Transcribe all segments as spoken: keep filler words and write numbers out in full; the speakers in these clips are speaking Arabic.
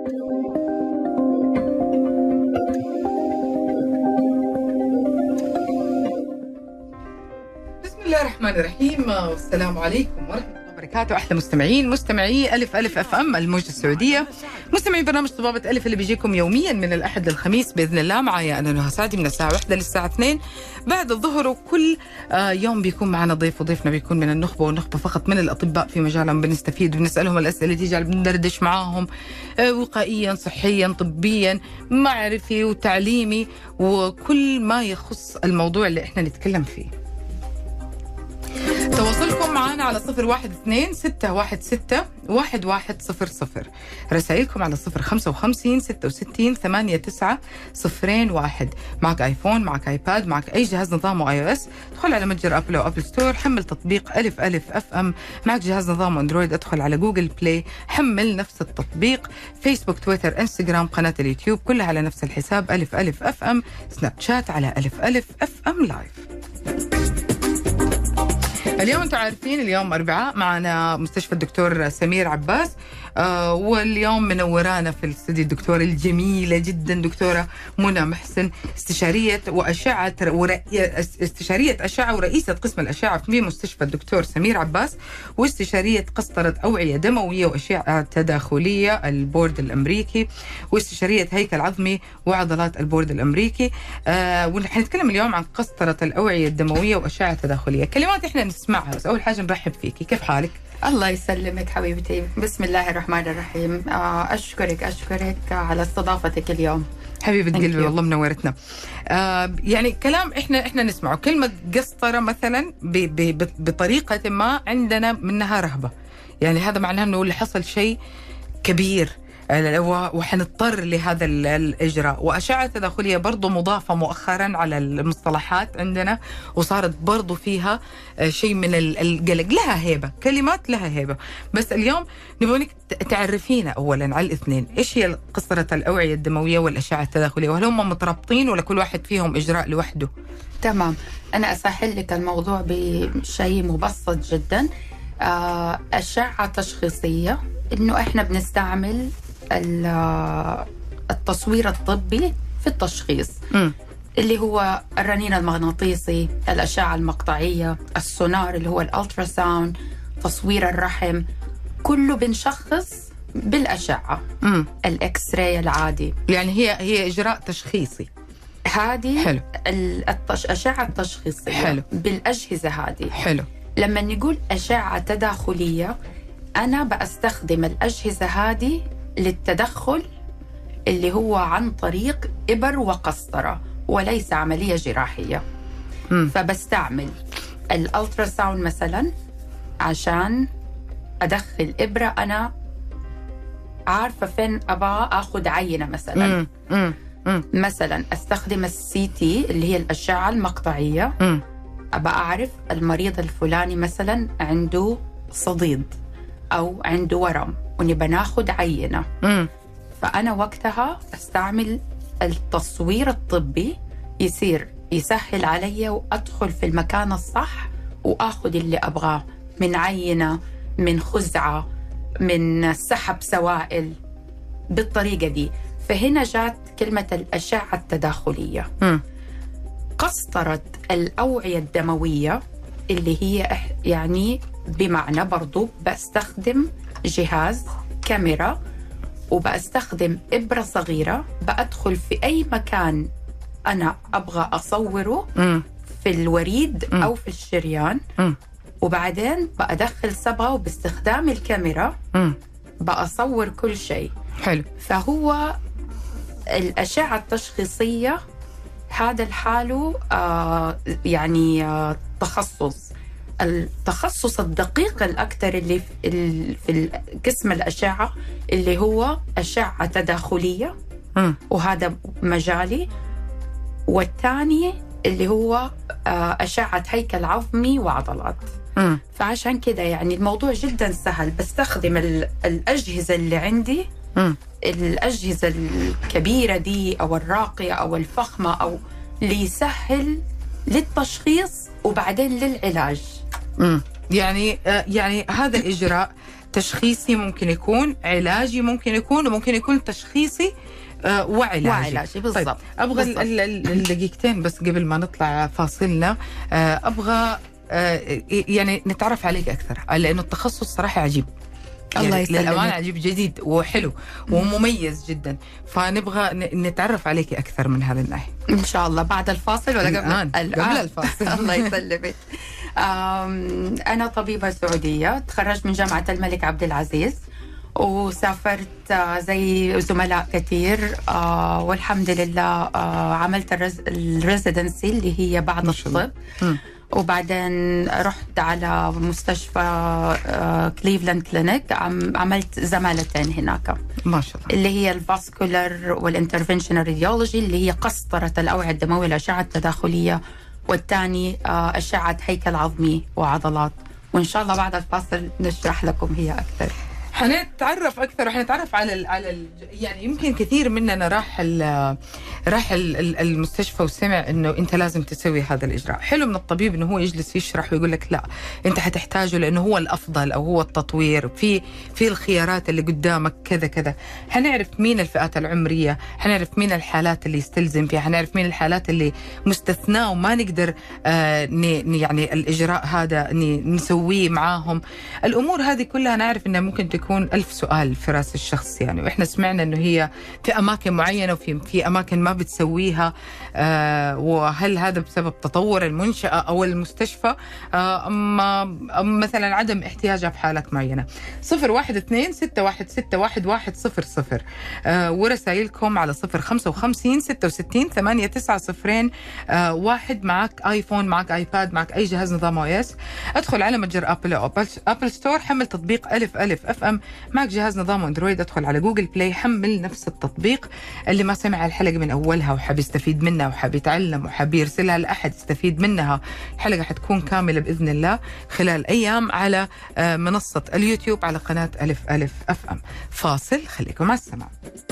بسم الله الرحمن الرحيم، والسلام عليكم ورحمة الله وبركاته. أحلى مستمعين مستمعي ألف ألف أف أم الموجة السعودية، مستمعي برنامج طبابة ألف اللي بيجيكم يوميا من الأحد للخميس بإذن الله. معايا أنا نهى سعدي من الساعة واحدة للساعة اثنين بعد الظهر، وكل آه يوم بيكون معنا ضيف، وضيفنا بيكون من النخبة، والنخبة فقط من الأطباء في مجالهم. بنستفيد وبنسألهم الأسئلة اللي تيجي، بندردش معاهم آه وقائيا صحيا طبيا معرفي وتعليمي، وكل ما يخص الموضوع اللي احنا نتكلم فيه. تواصلكم معنا على صفر واحد اثنين ستة واحد ستة واحد واحد صفر صفر، رسائلكم على صفر خمسة وخمسين ستة وستين ثمانية تسعة صفرين واحد. معك ايفون، معك ايباد، معك اي جهاز نظامه اي او اس، ادخل على متجر ابل او ابل ستور، حمل تطبيق الف الف اف ام. معك جهاز نظام اندرويد، ادخل على جوجل بلاي، حمل نفس التطبيق. فيسبوك، تويتر، انستغرام، قناة اليوتيوب كلها على نفس الحساب الف الف اف ام. سناب شات على الف الف اف ام لايف. اليوم انتم عارفين اليوم أربعاء، معنا مستشفى الدكتور سمير عباس، آه واليوم منورانا في الاستوديو الدكتورة الجميلة جدا دكتورة منى محسن، استشارية وأشعة ورأي... استشارية أشعة ورئيسة قسم الأشعة في مستشفى الدكتور سمير عباس، واستشارية قسطرة أوعية دموية وأشعة تداخلية البورد الأمريكي، واستشارية هيكل عظمي وعضلات البورد الأمريكي. آه وحنتكلم اليوم عن قسطرة الأوعية الدموية وأشعة تداخلية. كلمات احنا نسمعها، بس أول حاجة نرحب فيكي، كيف حالك؟ الله يسلمك حبيبتي. بسم الله الرحمن الرحيم. أشكرك أشكرك على استضافتك اليوم حبيبة قلبي، والله منورتنا. آه يعني كلام احنا احنا نسمعه، كلمة قسطرة مثلا ب ب بطريقة ما عندنا منها رهبة، يعني هذا معناه انه اللي حصل شيء كبير وحنضطر لهذا الإجراء. وأشعة تداخلية برضو مضافة مؤخرا على المصطلحات عندنا، وصارت برضو فيها شيء من القلق، لها هيبة، كلمات لها هيبة. بس اليوم نبغونك تعرفينا أولا على الاثنين، إيش هي قسطرة الأوعية الدموية والأشعة التداخلية، وهل هم مترابطين ولا كل واحد فيهم إجراء لوحده؟ تمام، أنا أسهل لك الموضوع بشيء مبسط جدا. أشعة تشخيصية، إنه إحنا بنستعمل التصوير الطبي في التشخيص، م. اللي هو الرنين المغناطيسي، الأشعة المقطعية، السونار اللي هو الألتراساوند، تصوير الرحم، كله بنشخص بالأشعة. م. الإكس راي العادي، يعني هي هي إجراء تشخيصي. هذه الأشعة التشخيصية حلو. بالأجهزة هذه حلو. لما نقول أشعة تداخلية، أنا بأستخدم الأجهزة هذه للتدخل اللي هو عن طريق إبر وقسطرة، وليس عملية جراحية. م. فبستعمل الألتراساوند مثلا عشان أدخل إبرة، أنا عارفة فين أبغى أخذ عينة مثلا. م. م. م. مثلا أستخدم السي تي اللي هي الأشعة المقطعية. م. أبغى أعرف المريض الفلاني مثلا عنده صديد أو عنده ورم ونبى ناخد عينة. م. فأنا وقتها أستعمل التصوير الطبي، يصير يسهل علي وأدخل في المكان الصح وأخذ اللي أبغاه من عينة، من خزعة، من سحب سوائل بالطريقة دي. فهنا جات كلمة الأشعة التداخلية. م. قسطرة الأوعية الدموية اللي هي يعني بمعنى برضو بستخدم جهاز كاميرا وبستخدم إبرة صغيرة، بأدخل في أي مكان أنا أبغى أصوره م. في الوريد م. أو في الشريان، م. وبعدين بأدخل صبغة وباستخدام الكاميرا م. بأصور كل شيء. حلو. فهو الأشعة التشخيصية هذا الحاله آه يعني آه تخصص التخصص الدقيق الأكثر اللي في, في قسم الأشعة اللي هو أشعة تداخلية، م. وهذا مجالي. والثاني اللي هو آه أشعة هيكل عظمي وعضلات. م. فعشان كده يعني الموضوع جدا سهل، بستخدم الأجهزة اللي عندي، م. الأجهزة الكبيرة دي أو الراقية أو الفخمة، أو ليسهل للتشخيص وبعدين للعلاج. امم يعني آه يعني هذا الإجراء تشخيصي ممكن يكون، علاجي ممكن يكون، وممكن يكون تشخيصي آه وعلاجي. وعلاجي بالضبط. طيب أبغى الدقيقتين بس قبل ما نطلع فاصلنا، آه أبغى آه يعني نتعرف عليك أكثر، لأنه التخصص صراحة عجيب. الله يعني يسلمك. للأمانة عجيب جديد وحلو ومميز جدا، فنبغى نتعرف عليك أكثر من هذا الناحية. إن شاء الله بعد الفاصل ولا قبل؟ الآن. قبل الفاصل. الله يسلمك. أنا طبيبة سعودية، تخرجت من جامعة الملك عبد العزيز، وسافرت زي زملاء كثير، والحمد لله عملت الريزيدنسي اللي هي بعد الطب، وبعدين رحت على مستشفى كليفلاند كلينيك، عملت زمالتين هناك ما شاء الله، اللي هي الفاسكولار والانترفنشنال راديولوجي اللي هي قسطرة الأوعية الدموية والأشعة التداخلية، والثاني أشعة هيكل عظمي وعضلات. وإن شاء الله بعد الفاصل نشرح لكم هي أكثر. حنتعرف اكثر وحنتعرف على ال على ال يعني يمكن كثير مننا راح ال راح ال المستشفى وسمع انه انت لازم تسوي هذا الاجراء. حلو من الطبيب انه هو يجلس يشرح ويقول لك لا انت حتحتاجه لانه هو الافضل او هو التطوير في في الخيارات اللي قدامك كذا كذا. حنعرف مين الفئات العمريه، حنعرف مين الحالات اللي يستلزم فيها، حنعرف مين الحالات اللي مستثناه وما نقدر آه يعني الاجراء هذا نسويه معاهم. الامور هذه كلها نعرف انها ممكن تكون يكون ألف سؤال في راس الشخص يعني، وإحنا سمعنا إنه هي في أماكن معينة وفي في أماكن ما بتسويها، آه وهل هذا بسبب تطور المنشأة أو المستشفى آه أم, أم مثلا عدم احتياجها في حالات معينة. صفر واحد اثنين ستة واحد ستة واحد واحد صفر صفر آه ورسائلكم على صفر خمسة وخمسين ستة وستين ثمانية تسعة صفرين آه واحد. معك آيفون، معك آيباد، معك أي جهاز نظام او اس، ادخل على متجر أبل أو أبل ستور، حمل تطبيق ألف ألف أف أم. معك جهاز نظام اندرويد، ادخل على جوجل بلاي، حمل نفس التطبيق. اللي ما سمع الحلقة من أولها وحاب يستفيد منها وحاب يتعلم وحاب يرسلها لأحد يستفيد منها، الحلقة حتكون كاملة بإذن الله خلال أيام على منصة اليوتيوب على قناة ألف ألف أف أم. فاصل، خليكم على السماع.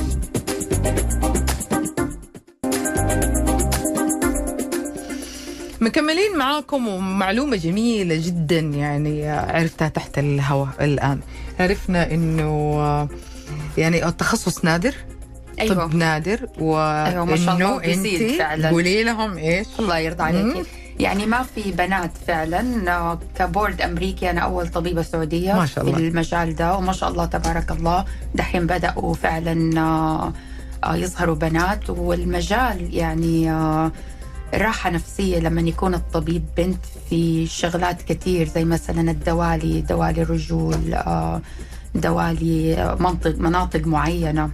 مكملين معاكم ومعلومة جميلة جدا يعني عرفتها تحت الهواء الآن. عرفنا إنه يعني التخصص نادر، أيوة. طب نادر، وإنه أنت قولي لهم إيش. الله يرضى عليك. يعني ما في بنات فعلا. كبورد أمريكي أنا أول طبيبة سعودية ما شاء الله. في المجال ده، وما شاء الله تبارك الله دحين بدأوا فعلا يظهروا بنات. والمجال يعني راحة نفسية لما يكون الطبيب بنت في شغلات كتير، زي مثلا الدوالي، دوالي الرجول، دوالي منطق مناطق معينة.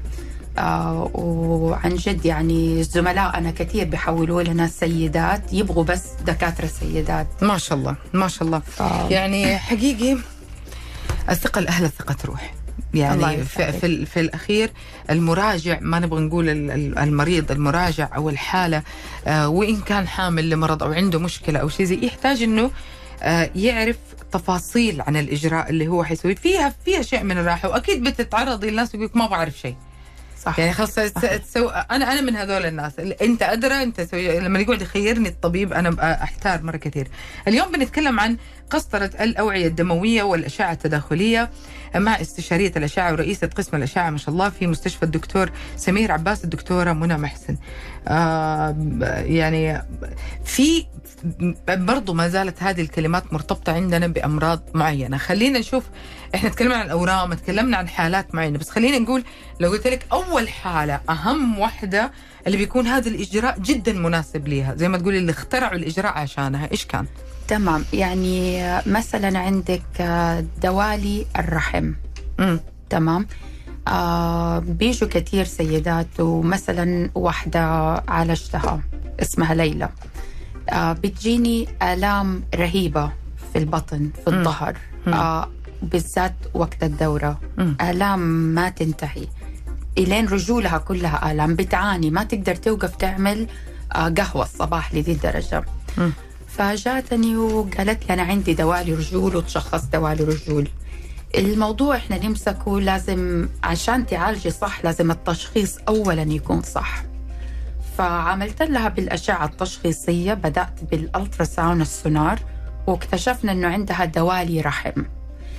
وعن جد يعني الزملاء أنا كتير بيحولوا لنا سيدات يبغوا بس دكاترة سيدات. ما شاء الله ما شاء الله. ف... يعني حقيقي الثقة الأهل الثقة تروح يعني في, في, في الأخير المراجع، ما نبغى نقول المريض، المراجع أو الحالة آه وإن كان حامل لمرض أو عنده مشكلة أو شيء زي، يحتاج إنه آه يعرف تفاصيل عن الإجراء اللي هو حيسوي فيها فيها شيء من الراحة. وأكيد بتتعرضي للناس يقولك ما بعرف شيء، صح يعني خلاص تسو... انا انا من هذول الناس اللي انت ادرى انت سوي... لما يقعد يخيرني الطبيب انا احتار مره كثير. اليوم بنتكلم عن قسطره الاوعيه الدمويه والاشعه التداخليه مع استشاريه الاشعه ورئيسه قسم الاشعه ما شاء الله في مستشفى الدكتور سمير عباس الدكتوره منى محسن. آه يعني في برضو ما زالت هذه الكلمات مرتبطه عندنا بامراض معينه. خلينا نشوف، احنا تكلمنا عن الاورام، تكلمنا عن حالات معينه، بس خلينا نقول لو قلت لك اول حاله اهم وحده اللي بيكون هذا الاجراء جدا مناسب ليها، زي ما تقولي اللي اخترعوا الاجراء عشانها، ايش كان؟ تمام. يعني مثلا عندك دوالي الرحم. امم تمام. آه بيجوا كثير سيدات، ومثلا واحده عالجتها اسمها ليلى، آه بتجيني آلام رهيبة في البطن في الظهر، آه بالذات وقت الدورة، م. آلام ما تنتهي إلين رجولها كلها آلام، بتعاني ما تقدر توقف تعمل آه قهوة الصباح لذي الدرجة. م. فجاتني وقالت لي أنا عندي دوالي رجول، وتشخص دوالي رجول. الموضوع إحنا نمسكه لازم عشان تعالجي صح لازم التشخيص أولا يكون صح. فعملت لها بالأشعة التشخيصية، بدأت بالألتراساوند السونار، واكتشفنا أنه عندها دوالي رحم.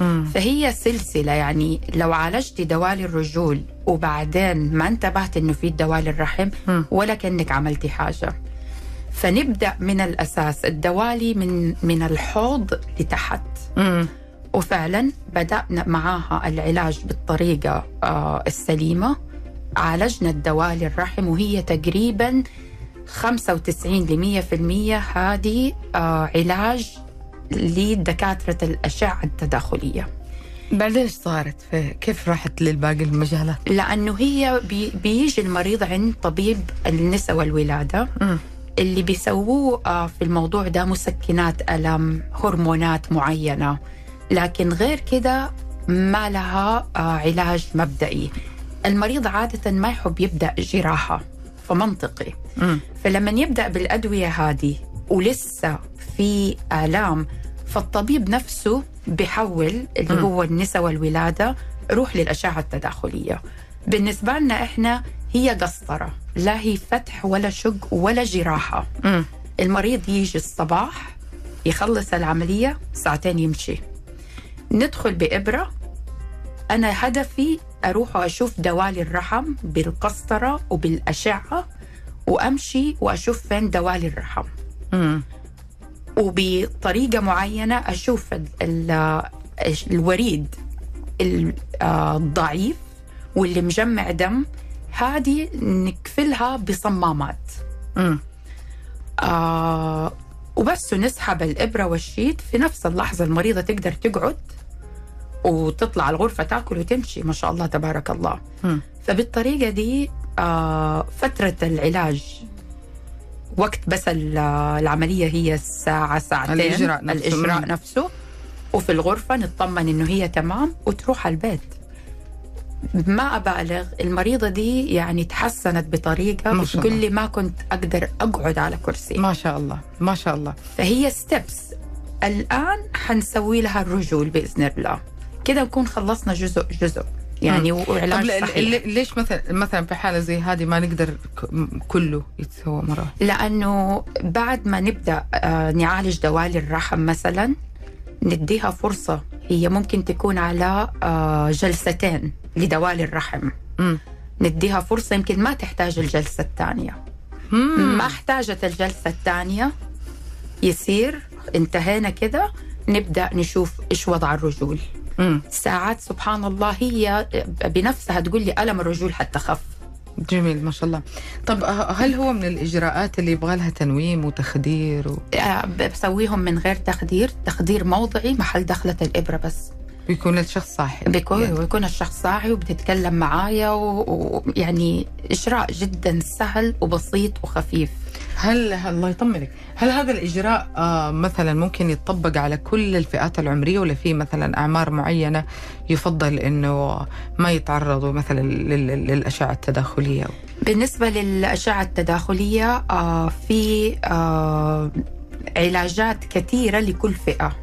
مم. فهي سلسلة، يعني لو عالجتي دوالي الرجول وبعدين ما انتبهت إنه في دوالي الرحم مم. ولا كأنك عملتي حاجة. فنبدأ من الأساس الدوالي من من الحوض لتحت. مم. وفعلا بدأنا معاها العلاج بالطريقة آه السليمة. عالجنا الدوالي الرحم وهي تقريبا خمسة وتسعين لمية في المية هذه آه علاج لدكاترة الأشعة التداخلية. بعدين ايش صارت؟ في كيف راحت للباقي المجالات؟ لأنه هي بي بيجي المريض عند طبيب النساء والولادة م. اللي بيسووه آه في الموضوع ده مسكنات ألم، هرمونات معينة، لكن غير كده ما لها آه علاج مبدئي. المريض عادة ما يحب يبدأ جراحة، فمنطقي. م. فلما يبدأ بالأدوية هذه ولسه في آلام، فالطبيب نفسه بيحول اللي م. هو النساء والولادة روح للأشعة التداخلية. بالنسبة لنا إحنا هي قسطرة، لا هي فتح ولا شق ولا جراحة. م. المريض يجي الصباح يخلص العملية ساعتين يمشي، ندخل بإبرة. أنا هدفي أروح وأشوف دوالي الرحم بالقسطرة وبالأشعة، وأمشي وأشوف فين دوالي الرحم. م. وبطريقة معينة أشوف ال ال الوريد الضعيف واللي مجمع دم، هذه نكفلها بصمامات. م. آه وبس نسحب الإبرة والشيت في نفس اللحظة. المريضة تقدر تقعد وتطلع الغرفة تاكل وتمشي، ما شاء الله تبارك الله. م. فبالطريقة دي آه فترة العلاج وقت بس العملية هي ساعة ساعتين، الإجراء نفسه, الإجراء نفسه وفي الغرفة نطمن إنه هي تمام وتروح على البيت. ما أبالغ، المريضة دي يعني تحسنت بطريقة بتقول لي ما كنت أقدر أقعد على كرسي. ما شاء الله ما شاء الله. فهي ستيبس. الآن حنسوي لها الرجول بإذن الله، كده نكون خلصنا جزء جزء يعني. وعلاج صحيح. ليش مثلا مثلا في حالة زي هذه ما نقدر كله يتسوى مرة؟ لأنه بعد ما نبدأ آه نعالج دوالي الرحم مثلا، نديها فرصة. هي ممكن تكون على آه جلستين لدوالي الرحم. م. نديها فرصة، يمكن ما تحتاج الجلسة الثانية. ما احتاجت الجلسة الثانية يصير انتهينا كده، نبدأ نشوف إيش وضع الرجول. مم. ساعات سبحان الله هي بنفسها تقول لي ألم الرجول حتى خف. جميل ما شاء الله. طب هل هو من الإجراءات اللي يبغى لها تنويم وتخدير و... بسويهم من غير تخدير، تخدير موضعي محل دخلة الإبرة بس. بيكون الشخص صاحي؟ بيكون يعني. ويكون الشخص صاحي وبتتكلم معايا ويعني و... إجراء جدا سهل وبسيط وخفيف. هل الله يطمنك، هل هذا الإجراء آه مثلا ممكن يتطبق على كل الفئات العمرية، ولا في مثلا أعمار معينة يفضل إنه ما يتعرضوا مثلا للأشعة التداخلية؟ بالنسبة للأشعة التداخلية آه في آه علاجات كثيرة لكل فئة،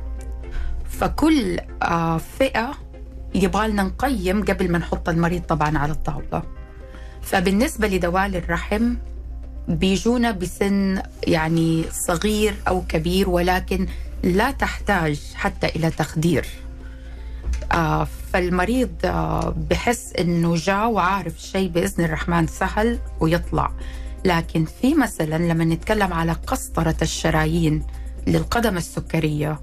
فكل آه فئة يبغى لنا نقيم قبل ما نحط المريض طبعا على الطاولة. فبالنسبة لدوالي الرحم بيجونا بسن يعني صغير أو كبير، ولكن لا تحتاج حتى إلى تخدير. آه فالمريض آه بحس إنه جاء وعارف الشيء بإذن الرحمن سهل ويطلع. لكن في مثلا لما نتكلم على قسطرة الشرايين للقدم السكرية،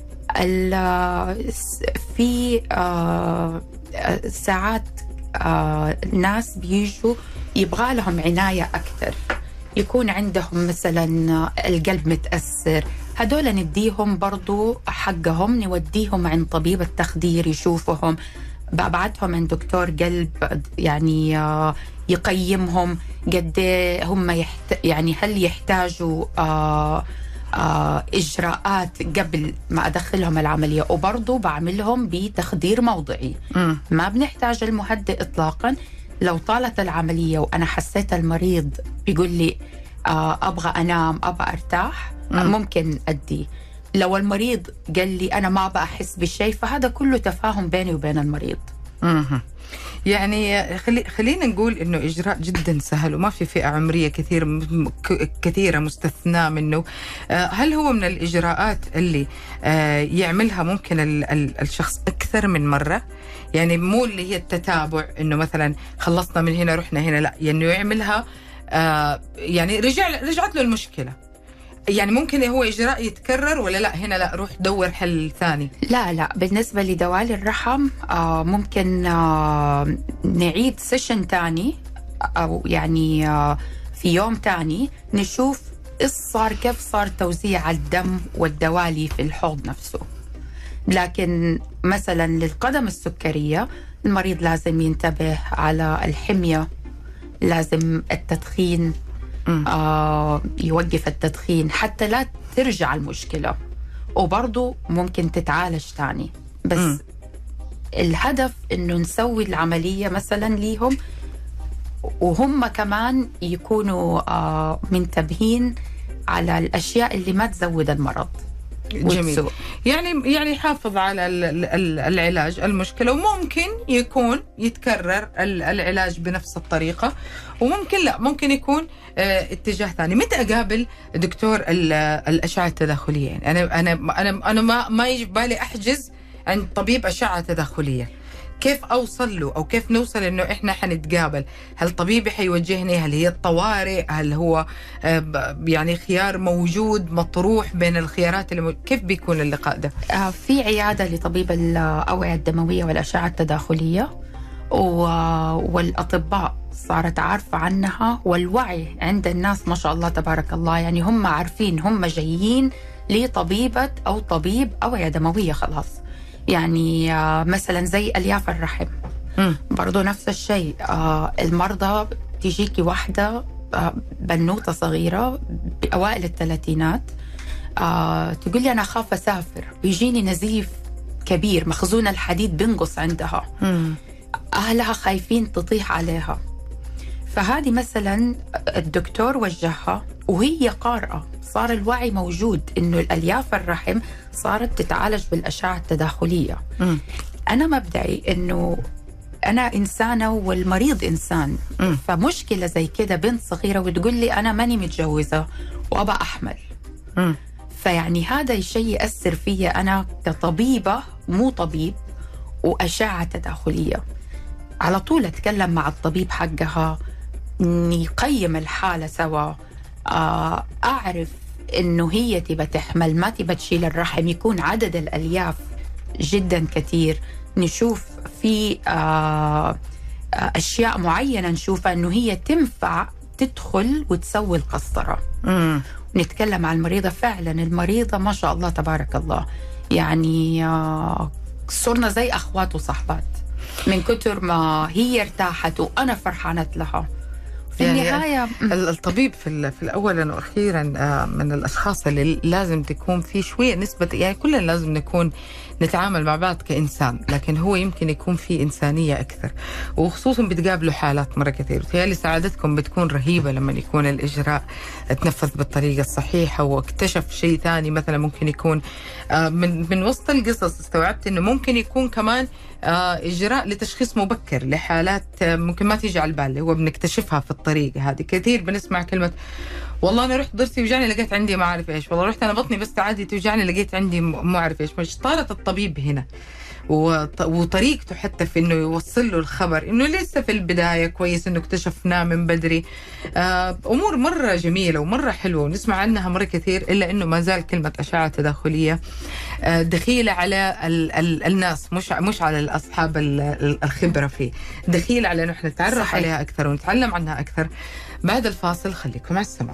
في آه ساعات آه ناس بيجوا يبغى لهم عناية أكثر، يكون عندهم مثلا القلب متأثر، هدول نديهم برضو حقهم، نوديهم عند طبيب التخدير يشوفهم، ببعتهم عند دكتور قلب يعني يقيمهم قد هم يحت... يعني هل يحتاجوا آه آه إجراءات قبل ما أدخلهم العملية. وبرضو بعملهم بتخدير موضعي. م. ما بنحتاج المهدئ إطلاقا. لو طالت العملية وأنا حسيت المريض بيقول لي آه أبغى أنام أبغى أرتاح، م. ممكن أدي. لو المريض قال لي أنا ما بأحس بالشيء، فهذا كله تفاهم بيني وبين المريض. م- يعني خلي خلينا نقول إنه إجراء جدا سهل وما في فئة عمرية كثير كثيرة مستثناة منه. هل هو من الإجراءات اللي يعملها ممكن الشخص أكثر من مرة؟ يعني مو اللي هي التتابع إنه مثلا خلصنا من هنا رحنا هنا، لا، يعني يعملها يعني رجع رجعت له المشكلة، يعني ممكن هو إجراء يتكرر ولا لا هنا لا روح دور حل ثاني؟ لا لا بالنسبة لدوالي الرحم آه ممكن آه نعيد سيشن تاني، أو يعني آه في يوم تاني نشوف إيش صار، كيف صار توزيع الدم والدوالي في الحوض نفسه. لكن مثلا للقدم السكرية المريض لازم ينتبه على الحمية، لازم التدخين آه يوقف التدخين حتى لا ترجع المشكلة، وبرضو ممكن تتعالج تاني. بس م. الهدف إنه نسوي العملية مثلا ليهم وهم كمان يكونوا آه منتبهين على الأشياء اللي ما تزود المرض. جميل. يعني يعني يحافظ على العلاج المشكلة، وممكن يكون يتكرر العلاج بنفس الطريقة، وممكن لا ممكن يكون اه اتجاه ثاني. متى أقابل دكتور الأشعة التداخلية؟ يعني أنا أنا أنا أنا ما ما يجي بالي أحجز عند طبيب أشعة تداخلية، كيف أوصل له أو كيف نوصل إنه إحنا حنتقابل؟ هل طبيبي حيوجهني؟ هل هي الطوارئ؟ هل هو يعني خيار موجود مطروح بين الخيارات اللي مو... كيف بيكون اللقاء ده؟ آه في عيادة لطبيب الأوعية الدموية والأشعة التداخلية، والأطباء صارت عارفة عنها، والوعي عند الناس ما شاء الله تبارك الله. يعني هم عارفين هم جايين لطبيبة أو طبيب أوعية دموية خلاص. يعني آه مثلا زي ألياف الرحم م. برضو نفس الشيء. آه المرضى تجيكي واحدة آه بنوتة صغيرة بأوائل الثلاثينات آه تقول لي أنا خاف أسافر، بيجيني نزيف كبير، مخزون الحديد بينقص عندها م. أهلها خايفين تطيح عليها. فهذه مثلا الدكتور وجهها وهي قارئة، صار الوعي موجود إنه الألياف الرحم صارت تتعالج بالأشعة التداخلية. م. أنا مبدئي إنه أنا إنسانة والمريض إنسان. م. فمشكلة زي كده بنت صغيرة وتقول لي أنا ماني متجوزة وأبى أحمل، م. فيعني هذا الشيء يأثر فيا أنا كطبيبة مو طبيب وأشعة تداخلية. على طول أتكلم مع الطبيب حقها، نقيم الحالة سوا، أعرف إنه هي تبى تحمل ما تبى تشيل الرحم، يكون عدد الألياف جدا كثير، نشوف في أشياء معينة نشوفها إنه هي تنفع تدخل وتسوي القسطرة. م. نتكلم عن المريضة، فعلا المريضة ما شاء الله تبارك الله يعني صرنا زي أخوات وصحبات من كتر ما هي ارتاحت وأنا فرحانت لها. في يعني النهاية الطبيب في في الأول وأخيرا من الأشخاص اللي لازم تكون في شوية نسبة، يعني كلنا لازم نكون نتعامل مع بعض كإنسان، لكن هو يمكن يكون في إنسانية أكثر، وخصوصا بتقابلوا حالات مرة كثير. وتهيألي سعادتكم بتكون رهيبة لما يكون الإجراء تنفذ بالطريقة الصحيحة، واكتشف شيء ثاني مثلا ممكن يكون من من وسط القصص استوعبت إنه ممكن يكون كمان إجراء لتشخيص مبكر لحالات ممكن ما تيجي على البال، هو بنكتشفها في الطريق. هذه كثير بنسمع كلمة والله أنا رحت ضرسي وجعني لقيت عندي ما أعرف إيش، والله رحت أنا بطني بس عادي توجعني لقيت عندي ما أعرف إيش. مش طارت الطبيب هنا وطريقته حتى في إنه يوصل له الخبر إنه لسه في البداية، كويس إنه اكتشفناه من بدري. أمور مرة جميلة ومرة حلوة ونسمع عنها مرة كثير، إلا إنه ما زال كلمة أشعة تداخلية دخيلة على ال ال الناس، مش مش على أصحاب الخبرة فيه، دخيلة على إنه إحنا نتعرف صحيح. عليها أكثر ونتعلم عنها أكثر. بعد الفاصل خليكم مع السماع.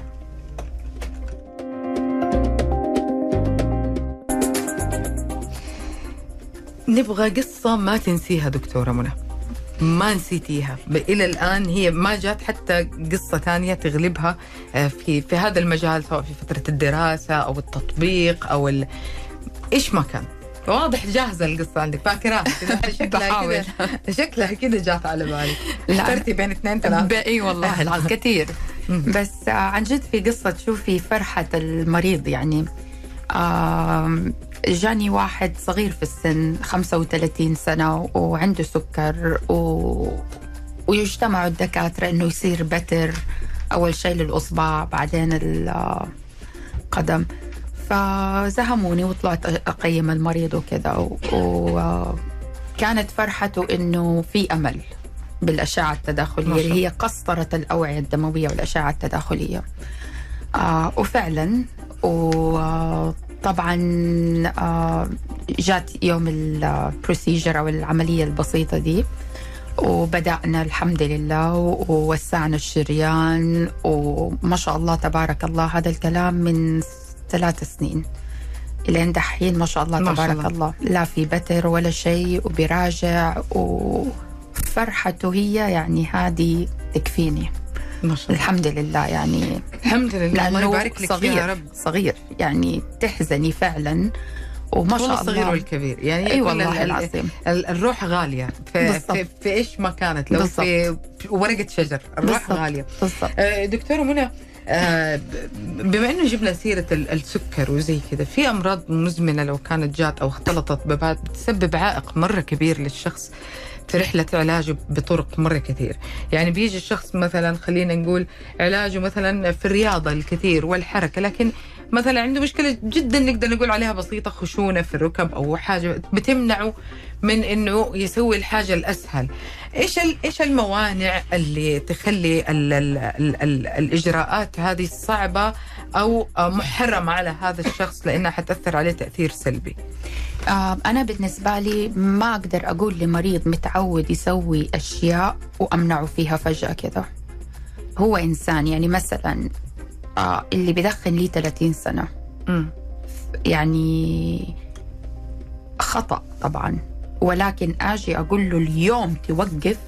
نبغى قصة ما تنسيها دكتورة منى، ما نسيتيها إلى الآن، هي ما جات حتى قصة ثانية تغلبها في في هذا المجال، سواء في فترة الدراسة أو التطبيق أو ال... إيش ما كان. واضح جاهزة القصة عندك، فاكراها شكلها كده شكلها كده جات على بالي. اخترتي بين اثنين ثلاثة. اي والله العظيم كثير. بس عن جد في قصة تشوفي فرحة المريض. يعني جاني واحد صغير في السن خمسة وثلاثين سنة وعنده سكر و... ويجتمعوا الدكاترة إنه يصير بتر، أول شيء للأصبع بعدين القدم. فزهموني وطلعت أقيم المريض وكذا، وكانت فرحته إنه في أمل بالأشعة التداخلية اللي هي قسطرة الأوعية الدموية والأشعة التداخلية. آه وفعلا وطبعا آه جات يوم البروسيجر أو العملية البسيطة دي، وبدأنا الحمد لله ووسعنا الشريان، وما شاء الله تبارك الله هذا الكلام من ثلاث سنين إلى دحين ما شاء الله ما تبارك شاء الله. الله لا في بتر ولا شيء، وبراجع وفرحته هي يعني هذه تكفيني ما شاء الله. الحمد لله يعني الحمد لله، الله يبارك لك صغير يا رب. صغير يعني تحزني فعلا، وما شاء الله الصغير والكبير يعني. أي والله العظيم الروح غالية في, في, في إيش ما كانت، لو بالضبط. في ورقة شجر الروح بالضبط. غالية بالضبط. دكتورة منى، بما إنه جبنا سيرة السكر وزي كذا، في أمراض مزمنة لو كانت جات أو اختلطت ببعض بتسبب عائق مرة كبير للشخص في رحلة علاجه بطرق مرة كثير. يعني بيجي الشخص مثلا خلينا نقول علاجه مثلا في الرياضة الكثير والحركة، لكن مثلا عنده مشكلة جدا نقدر نقول عليها بسيطة، خشونة في الركب أو حاجة بتمنعه من إنه يسوي الحاجة الأسهل. إيش إيش الموانع اللي تخلي ال ال ال ال الإجراءات هذه صعبة أو محرمة على هذا الشخص لأنها حتأثر عليه تأثير سلبي؟ آه أنا بالنسبة لي ما أقدر أقول لمريض متعود يسوي أشياء وأمنعه فيها فجأة كذا. هو إنسان يعني مثلا آه اللي بدخن لي ثلاثين سنة م. يعني خطأ طبعا، ولكن أجي أقول له اليوم توقف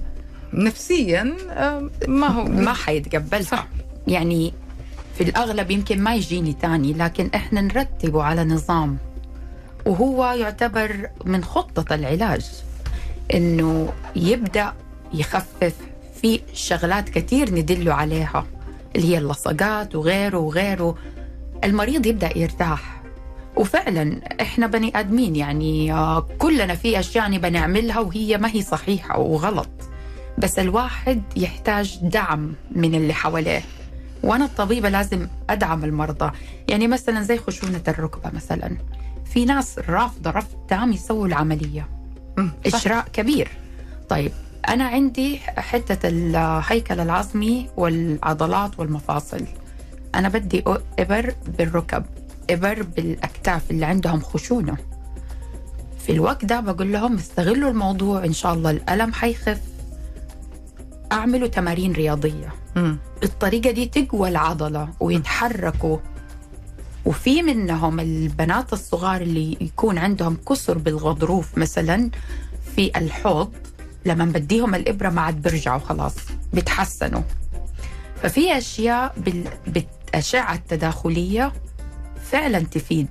نفسيا آه ما هو ما حيتقبل. صح. يعني في الأغلب يمكن ما يجيني تاني، لكن إحنا نرتبه على نظام، وهو يعتبر من خطة العلاج إنه يبدأ يخفف في شغلات كتير ندله عليها اللي هي اللصقات وغيره وغيره، المريض يبدأ يرتاح. وفعلا إحنا بني آدمين يعني كلنا في أشياء نبى نعملها وهي ما هي صحيحة وغلط، بس الواحد يحتاج دعم من اللي حواليه، وأنا الطبيبة لازم أدعم المرضى. يعني مثلا زي خشونة الركبة مثلا، في ناس رافضة رفض تام يسووا العملية، إشراء كبير. طيب أنا عندي حتة الهيكل العظمي والعضلات والمفاصل، أنا بدي إبر بالركب، إبر بالأكتاف اللي عندهم خشونة. في الوقت ده بقول لهم استغلوا الموضوع، إن شاء الله الألم حيخف، أعملوا تمارين رياضية. م. الطريقة دي تقوى العضلة ويتحركوا. وفي منهم البنات الصغار اللي يكون عندهم كسر بالغضروف مثلا في الحوض، لما بديهم الإبرة ما عاد بيرجعوا خلاص بيتحسنوا. ففي أشياء بالأشعة التداخلية فعلا تفيد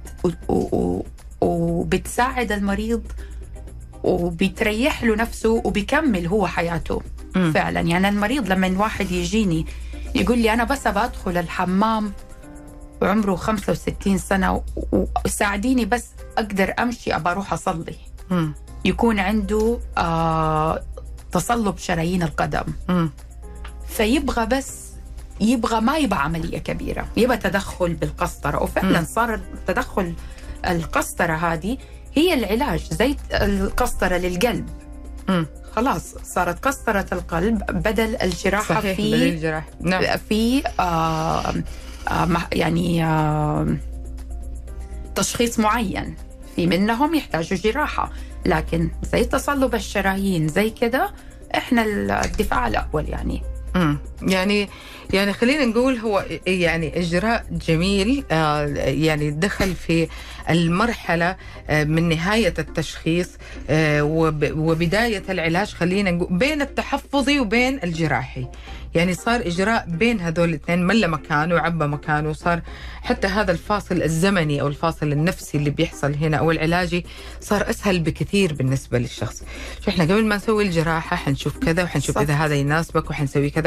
وبتساعد المريض وبيتريح له نفسه وبيكمل هو حياته. م. فعلا يعني المريض لما واحد يجيني يقول لي أنا بس بدخل الحمام وعمره خمسة وستين سنة وساعديني بس أقدر أمشي أبى أروح أصلي، م. يكون عنده آه تصلب شرايين القدم، م. فيبغى بس يبغى ما يبغى عملية كبيرة، يبغى تدخل بالقسطرة. وفعلا م. صار تدخل القسطرة هذه هي العلاج، زي القسطرة للقلب. م. خلاص صارت قسطرة القلب بدل الجراحة. صحيح. في بدل الجراحة. نعم. في آه آه يعني آه تشخيص معين، في منهم يحتاجوا جراحة، لكن زي تصلب الشرايين زي كده احنا الدفاع الأول يعني. امم يعني يعني خلينا نقول هو يعني إجراء جميل، آه يعني دخل في المرحلة آه من نهاية التشخيص آه وبداية العلاج، خلينا نقول بين التحفظي وبين الجراحي. يعني صار إجراء بين هذول الاثنين، ملى مكانه وعبى مكانه، صار حتى هذا الفاصل الزمني أو الفاصل النفسي اللي بيحصل هنا أو العلاجي صار أسهل بكثير بالنسبة للشخص. شو إحنا قبل ما نسوي الجراحة حنشوف كذا وحنشوف صح. إذا هذا يناسبك وحنسوي كذا وحنعمل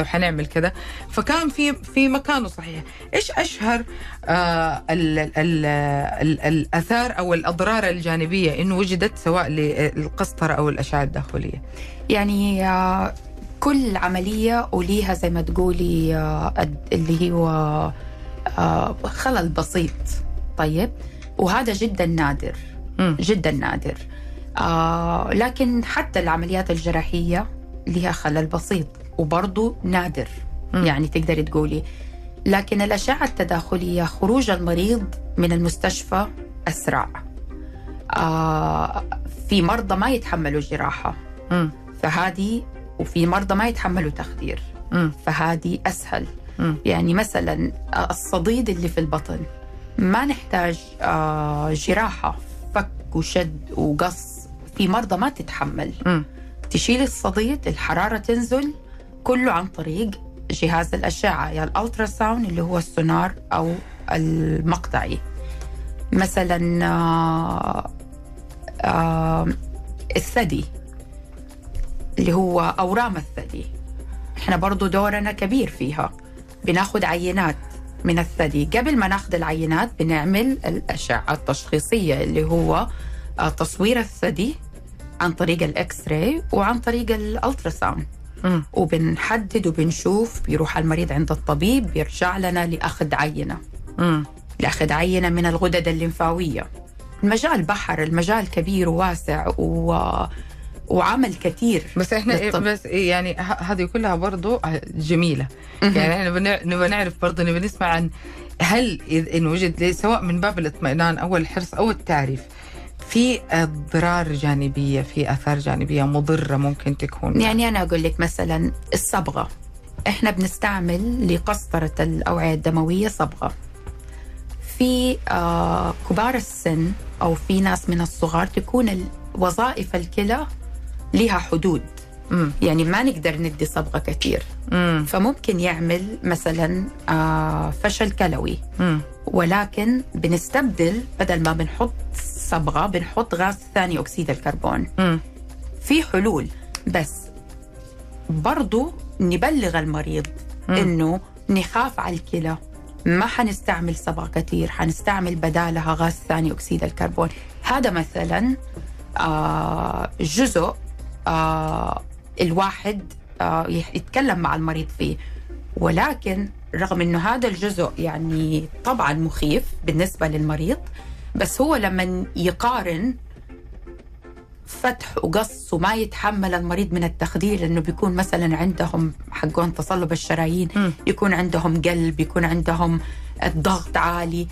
يعمل كذا، فكان في في مكانه صحيح. ايش اشهر آه ال ال ال الاثار او الاضرار الجانبيه انه وجدت سواء للقسطره او الاشعه الداخليه؟ يعني آه كل عمليه وليها زي ما تقولي آه اللي هو آه خلل بسيط. طيب، وهذا جدا نادر م. جدا نادر. آه لكن حتى العمليات الجراحيه لها خلل بسيط وبرضه نادر. م. يعني تقدري تقولي. لكن الأشعة التداخلية خروج المريض من المستشفى أسرع. آه في مرضى ما يتحملوا جراحة، م. فهذه، وفي مرضى ما يتحملوا تخدير، م. فهذه أسهل. م. يعني مثلا الصديد اللي في البطن ما نحتاج آه جراحة، فك وشد وقص. في مرضى ما تتحمل، م. تشيل الصديد، الحرارة تنزل، كله عن طريق جهاز الأشعة، يا يعني الألتراساوند اللي هو السونار أو المقطعي. مثلا آه آه الثدي اللي هو أورام الثدي، إحنا برضو دورنا كبير فيها. بناخد عينات من الثدي. قبل ما ناخد العينات بنعمل الأشعة التشخيصية اللي هو آه تصوير الثدي عن طريق الإكس راي وعن طريق الألتراساوند. م. وبنحدد وبنشوف، بيروح المريض عند الطبيب، بيرجع لنا لأخذ عينة م. لأخذ عينة من الغدد الليمفاوية. المجال بحر، المجال كبير وواسع و... وعمل كتير. بس احنا للطب. بس يعني هذه كلها برضو جميلة. م- يعني احنا نبغى نعرف برضو، نبغى نسمع عن هل إن وجد سواء من باب الاطمئنان أو الحرص أو التعريف في أضرار جانبية، في آثار جانبية مضرة ممكن تكون. يعني أنا أقول لك مثلا الصبغة، إحنا بنستعمل لقسطرة الأوعية الدموية صبغة. في آه كبار السن أو في ناس من الصغار تكون وظائف الكلى لها حدود. م. يعني ما نقدر ندي صبغة كثير، م. فممكن يعمل مثلا آه فشل كلوي. م. ولكن بنستبدل، بدل ما بنحط صبغة بنحط غاز ثاني أكسيد الكربون. م. في حلول، بس برضو نبلغ المريض م. إنه نخاف على الكلى، ما حنستعمل صبغة كتير، حنستعمل بدالها غاز ثاني أكسيد الكربون. هذا مثلا آه جزء آه الواحد آه يتكلم مع المريض فيه. ولكن رغم إنه هذا الجزء يعني طبعا مخيف بالنسبة للمريض، بس هو لما يقارن فتح وقص وما يتحمل المريض من التخدير، لأنه بيكون مثلا عندهم حقون تصلب الشرايين، م. يكون عندهم قلب، يكون عندهم الضغط عالي،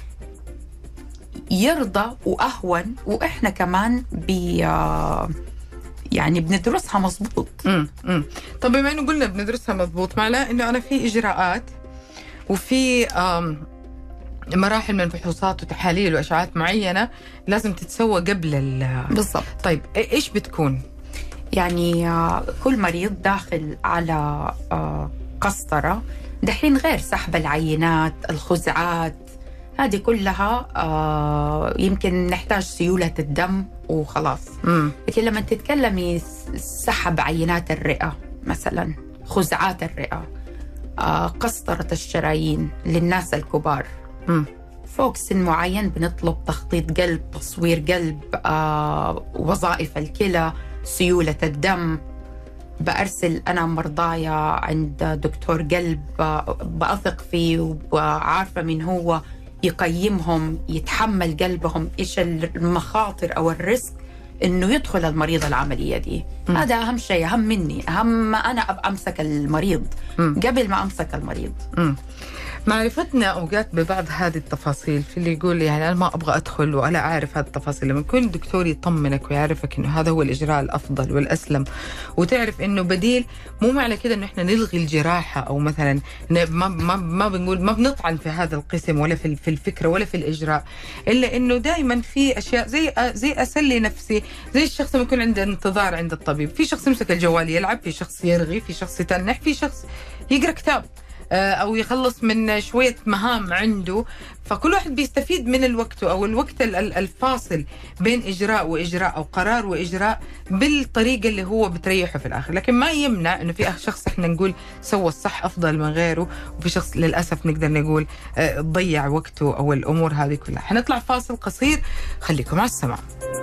يرضى وأهون. وإحنا كمان بي يعني بندرسها مضبوط. طب بما إنه قلنا بندرسها مضبوط، معناه إنه أنا في إجراءات وفي مراحل من الفحوصات وتحاليل وأشعات معينة لازم تتسوى قبل ال بالضبط. طيب إيش بتكون؟ يعني كل مريض داخل على قسطرة دحين غير سحب العينات، الخزعات، هذه كلها يمكن نحتاج سيولة الدم وخلاص. م. لكن لما تتكلمي سحب عينات الرئة مثلا، خزعات الرئة، قسطرة الشرايين للناس الكبار، م. فوق سن معين بنطلب تخطيط قلب، تصوير قلب، آه، وظائف الكلى، سيولة الدم. بأرسل أنا مرضايا عند دكتور قلب بأثق فيه وعارفة من هو يقيمهم، يتحمل قلبهم، إيش المخاطر أو الريسك إنه يدخل المريض العملية دي. م. هذا أهم شيء، أهم مني، أهم ما أنا أبقى أمسك المريض م. قبل ما أمسك المريض. م. معرفتنا أوقات ببعض هذه التفاصيل، في اللي يقول يعني أنا ما أبغى أدخل ولا أعرف هذه التفاصيل، لما يكون الدكتور يطمنك ويعرفك إنه هذا هو الإجراء الأفضل والأسلم، وتعرف إنه بديل، مو معنى كده إنه إحنا نلغي الجراحة أو مثلا ما ما ما بنقول ما بنطعن في هذا القسم ولا في في الفكرة ولا في الإجراء، إلا إنه دائما في أشياء زي زي أسلي نفسي، زي الشخص لما يكون عنده انتظار عند الطبيب، في شخص يمسك الجوال يلعب، في شخص يرغي، في شخص يتنح، في شخص يقرأ كتاب. أو يخلص من شوية مهام عنده. فكل واحد بيستفيد من الوقت أو الوقت الفاصل بين إجراء وإجراء أو قرار وإجراء بالطريقة اللي هو بتريحه في الآخر. لكن ما يمنع إنه في شخص إحنا نقول سوى الصح أفضل من غيره، وفي شخص للأسف نقدر نقول ضيع وقته أو الأمور هذه كلها. حنطلع فاصل قصير، خليكم على السماع.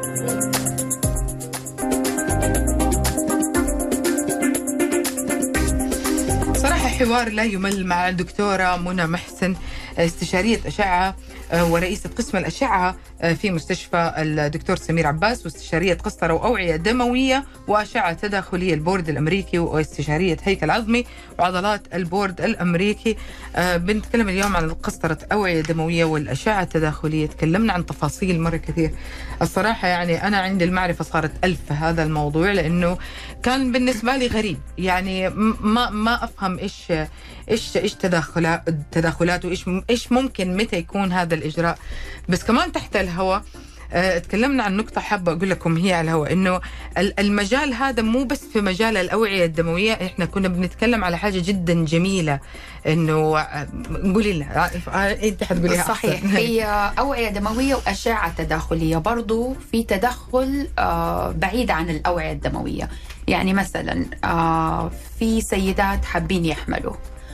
صراحة حوار لا يمل مع الدكتورة منى محسن، استشارية أشعة ورئيسة قسم الأشعة في مستشفى الدكتور سمير عباس، واستشارية قسطرة وأوعية دموية وأشعة تداخلية البورد الأمريكي، واستشارية هيكل عظمي وعضلات البورد الأمريكي. بنتكلم اليوم عن قسطرة أوعية دموية والأشعة التداخلية. تكلمنا عن تفاصيل مرة كثير. الصراحة يعني أنا عندي المعرفة صارت ألف في هذا الموضوع، لأنه كان بالنسبة لي غريب. يعني ما ما أفهم إيش إيش إيش تداخلات تداخلات وإيش إيش ممكن متى يكون هذا الإجراء. بس كمان تحت الهواء اه تكلمنا عن نقطة حابة أقول لكم هي على الهواء، إنه المجال هذا مو بس في مجال الأوعية الدموية. إحنا كنا بنتكلم على حاجة جدا جميلة، إنه قولي لنا أنت حتقوليها. صحيح، هي أوعية دموية وأشعة تداخلية. برضو في تدخل آه بعيد عن الأوعية الدموية. يعني مثلا آه في سيدات حابين يحملوا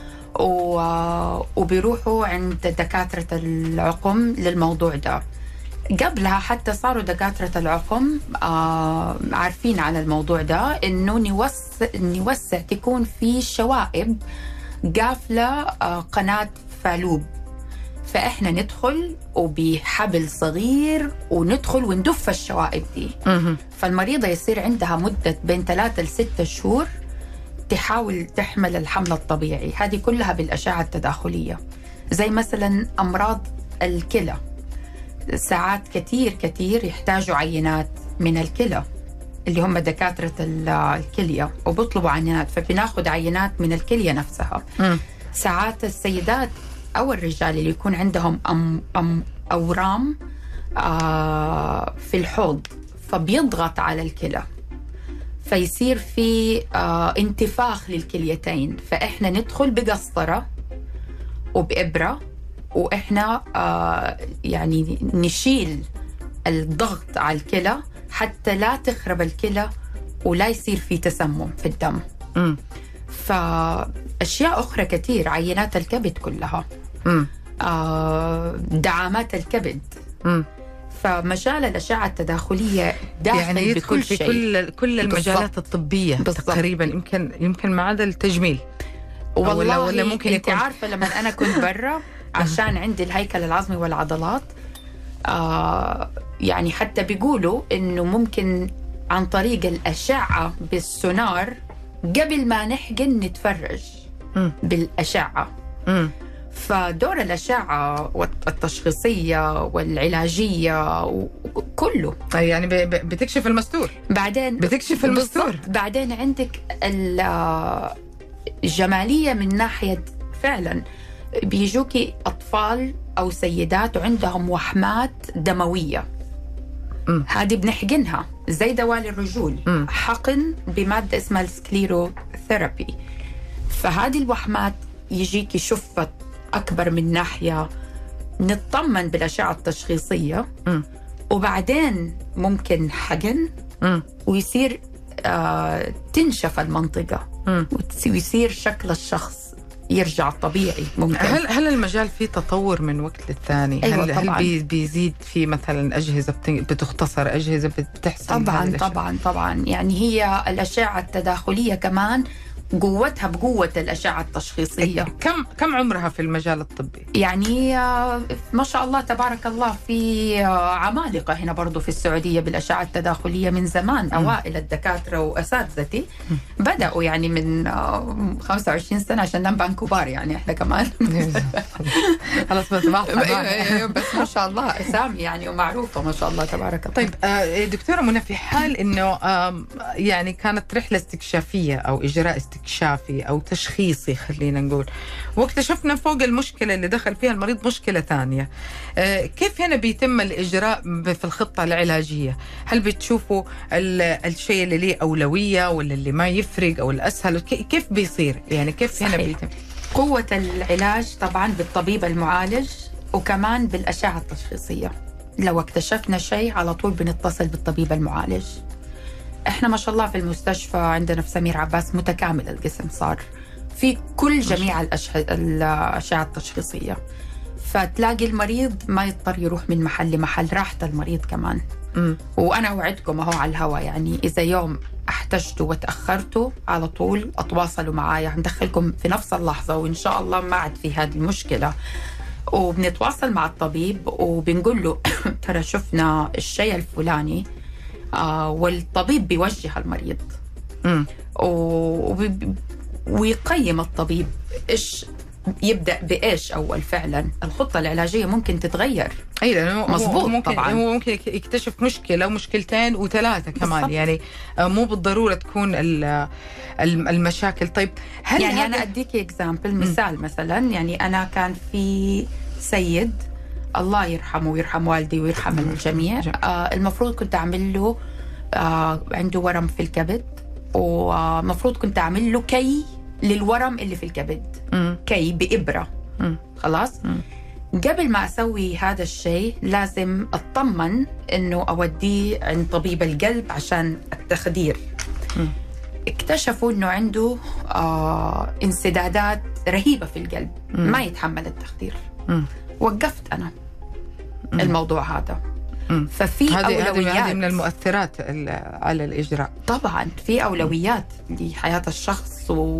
وبيروحوا عند دكاترة العقم للموضوع ده. قبلها حتى صاروا دكاترة العقم آه عارفين على الموضوع ده، إنه نوسع, نوسع تكون في شوائب قافلة آه قناة فالوب، فإحنا ندخل وبحبل صغير وندخل وندف الشوائب دي. فالمريضة يصير عندها مدة بين ثلاثة لستة شهور تحاول تحمل الحمل الطبيعي. هذه كلها بالأشعة التداخلية. زي مثلا أمراض الكلى، ساعات كتير كتير يحتاجوا عينات من الكلى، اللي هم دكاترة الكلية، وبطلبوا عينات، فبناخد عينات من الكلية نفسها. م. ساعات السيدات أو الرجال اللي يكون عندهم أم أم أورام آه في الحوض، فبيضغط على الكلى فيصير في آه انتفاخ للكليتين، فإحنا ندخل بقسطرة وبإبرة، وإحنا آه يعني نشيل الضغط على الكلى حتى لا تخرب الكلى ولا يصير في تسمم في الدم. م. فأشياء أخرى كتير، عينات الكبد كلها، آه دعامات الكبد. م. فمجال الأشعة التداخلية داخل يعني بكل في شيء، كل كل المجالات الطبية تقريبا، يمكن يمكن ما عدا التجميل. والله ولا ممكن انت يكون... عارفة لما أنا كنت برا عشان عندي الهيكل العظمي والعضلات، آه يعني حتى بيقولوا إنه ممكن عن طريق الأشعة بالسونار قبل ما نحقن نتفرج م. بالأشعة. م. فدور الأشعة والتشخيصية والعلاجية وكله يعني بتكشف المستور، بعدين بتكشف المستور، بعدين عندك الجمالية من ناحية فعلا بيجوكي أطفال أو سيدات وعندهم وحمات دموية، هذه بنحقنها زي دواء الرجول، م. حقن بمادة اسمها السكليروثيرابي. فهذه الوحمات يجيكي شفت أكبر من ناحية، نطمن بالأشعة التشخيصية، م. وبعدين ممكن حقن م. ويصير آه تنشف المنطقة م. ويصير شكل الشخص يرجع طبيعي. ممكن. هل هل المجال فيه تطور من وقت للثاني؟ أيوة هل طبعاً. هل بيزيد في مثلا أجهزة بتختصر، أجهزة بتحسن؟ طبعا طبعا طبعا يعني هي الأشعة التداخلية كمان قوتها بقوة الأشعة التشخيصية. كم كم عمرها في المجال الطبي؟ يعني ما شاء الله تبارك الله، في عمالقة هنا برضو في السعودية بالأشعة التداخلية من زمان. م. أوائل الدكاترة وأساتذتي م. بدأوا يعني من خمسة وعشرين سنة عشان نبقى كبار، يعني إحنا كمان خلاص بس بس ما شاء الله أسامي يعني ومعروفة ما شاء الله تبارك الله. طيب دكتورة منى، في حال إنه يعني كانت رحلة استكشافية أو إجراء استكشافي أو تشخيصي خلينا نقول، واكتشفنا فوق المشكلة اللي دخل فيها المريض مشكلة ثانية، كيف هنا بيتم الإجراء في الخطة العلاجية؟ هل بتشوفوا الشيء اللي ليه أولوية ولا اللي ما يفرق أو الأسهل؟ كيف بيصير يعني كيف هنا بيتم؟ قوة العلاج طبعا بالطبيب المعالج وكمان بالأشعة التشخيصية. لو اكتشفنا شيء على طول بنتصل بالطبيب المعالج. احنا ما شاء الله في المستشفى عندنا في سمير عباس متكامل القسم، صار في كل جميع الأشح... الأشعة التشخيصية، فتلاقي المريض ما يضطر يروح من محل لمحل، راحة المريض كمان. م. وأنا أوعدكم أهو على الهوا، يعني إذا يوم احتجتوا وتأخرتوا على طول أتواصلوا معايا، هندخلكم في نفس اللحظة، وإن شاء الله ما عاد في هذه المشكلة. وبنتواصل مع الطبيب وبنقول له ترى شفنا الشيء الفلاني، آه والطبيب بيوجه المريض وبي... ويقيم الطبيب إيش يبدأ بإيش أول. فعلا الخطة العلاجية ممكن تتغير. أي لأنه مظبوط ممكن طبعا. هو ممكن يكتشف مشكلة ومشكلتين وثلاثة كمان. بالضبط. يعني مو بالضرورة تكون المشاكل. طيب هل يعني هذا... أنا أديك إكزامبل مثال. مثلا يعني أنا كان في سيد الله يرحمه ويرحم والدي ويرحم الجميع، آه المفروض كنت أعمل له آه عنده ورم في الكبد، ومفروض كنت أعمل له كي للورم اللي في الكبد. م. كي بإبرة. م. خلاص. م. قبل ما أسوي هذا الشيء لازم أطمن إنه أوديه عند طبيب القلب عشان التخدير. م. اكتشفوا إنه عنده آه انسدادات رهيبة في القلب. م. ما يتحمل التخدير. م. وقفت أنا م. الموضوع هذا. م. ففي أولويات. هذه من المؤثرات على الإجراء. طبعا في أولويات لحياة الشخص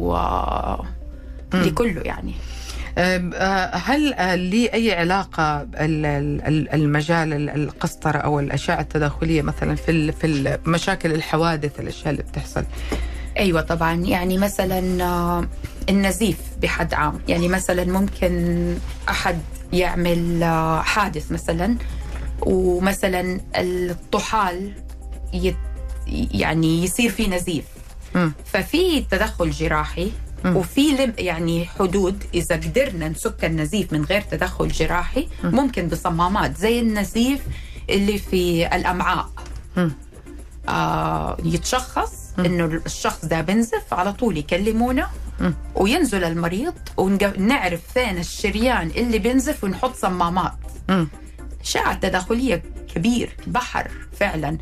ولكله يعني. هل لي أي علاقة المجال القسطرة أو الأشعة التداخلية مثلا في في مشاكل الحوادث، الأشياء اللي بتحصل؟ أيوة طبعا. يعني مثلا النزيف بحد عام، يعني مثلا ممكن أحد يعمل حادث مثلا، ومثلا الطحال يت يعني يصير فيه نزيف. م. ففي تدخل جراحي م. وفي يعني حدود. إذا قدرنا نسك النزيف من غير تدخل جراحي م. ممكن بصمامات زي النزيف اللي في الأمعاء آه يتشخص م. إنه الشخص ده بنزف، على طول يكلمونا م. وينزل المريض ونعرف فين الشريان اللي بنزف ونحط صمامات. م. أشعة تداخلية كبير بحر فعلا.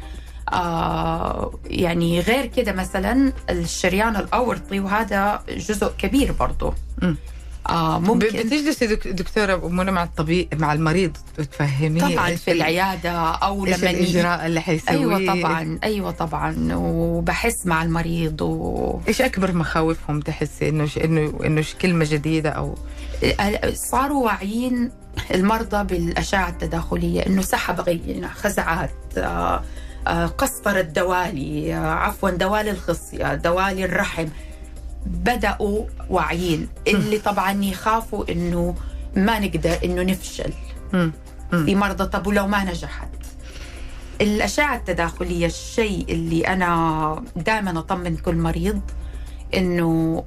آه يعني غير كده مثلا الشريان الأورطي، وهذا جزء كبير برضو. آه ممكن بتجلسي دكتورة منى مع الطبيب مع المريض وتفهميه طبعا في العيادة أو لما الإجراء اللي حيسويه؟ أيوة طبعا أيوة طبعا. وبحس مع المريض و... إيش أكبر مخاوفهم تحسي إنه إنه إنه كلمة جديدة أو صاروا واعيين المرضى بالأشعة التداخلية إنه سحب غينا خزعات، آه آه قسطرة دوالي، آه عفوا دوالي الخصية، دوالي الرحم، بدأوا واعيين. اللي طبعا يخافوا إنه ما نقدر إنه نفشل م. م. في مرضى. طب ولو ما نجحت الأشعة التداخلية، الشيء اللي أنا دائما أطمن كل مريض إنه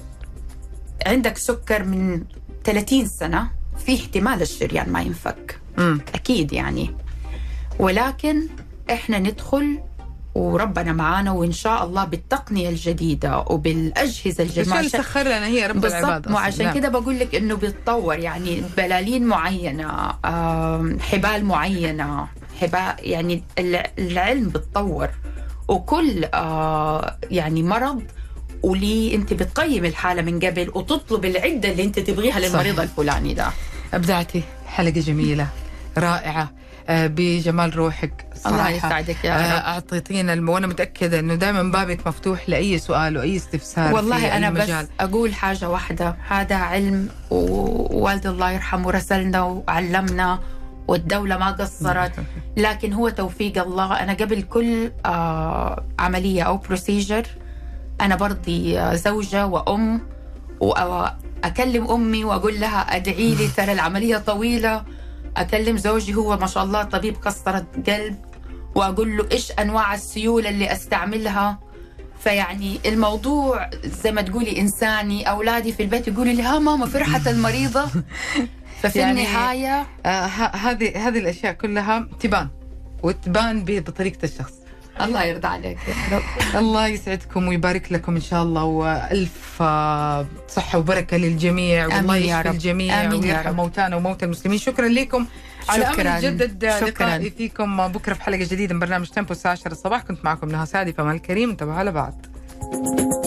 عندك سكر من ثلاثين سنة، في احتمال الشريان ما ينفك. م. أكيد يعني، ولكن إحنا ندخل وربنا معانا، وإن شاء الله بالتقنية الجديدة وبالأجهزة الجديدة. بس سخر لنا هي رب العباد. عشان كده بقول لك إنه بيتطور، يعني بلالين معينة، حبال معينة، حبال يعني العلم بيتطور، وكل يعني مرض ولي أنت بتقيم الحالة من قبل وتطلب العدة اللي أنت تبغيها للمريض الفلاني ده. أبدعتي، حلقة جميلة رائعة بجمال روحك صراحة. الله يسعدك يا رب. أعطيتينا الم... وأنا متأكدة إنه دائما بابك مفتوح لأي سؤال وأي استفسار. والله أنا المجال. بس أقول حاجة واحدة، هذا علم، ووالد الله يرحمه رسلنا وعلمنا، والدولة ما قصرت، لكن هو توفيق الله. أنا قبل كل آه عملية أو بروسيجر أنا برضي زوجة وأم، وأكلم أمي وأقول لها أدعي لي، ترى العملية طويلة. أكلم زوجي هو ما شاء الله طبيب قسطرة قلب، وأقول له إيش أنواع السيولة اللي أستعملها. فيعني الموضوع زي ما تقولي إنساني. أولادي في البيت يقولوا لي ها ماما فرحة المريضة. ففي يعني النهاية هذه آه هذه الأشياء كلها تبان وتبان بطريقة الشخص. الله يرضى عليك يا رب. الله يسعدكم ويبارك لكم إن شاء الله، وألف صحة وبركة للجميع، والله يشفي الجميع ويرحم موتانا وموتى المسلمين. شكرا لكم، على أمل نجدد لقائي فيكم بكرة في حلقة جديدة من برنامج تيمبو الساعة عشرة الصباح. كنت معكم نهى سعدي، فمال الكريم، انتبهوا على بعض.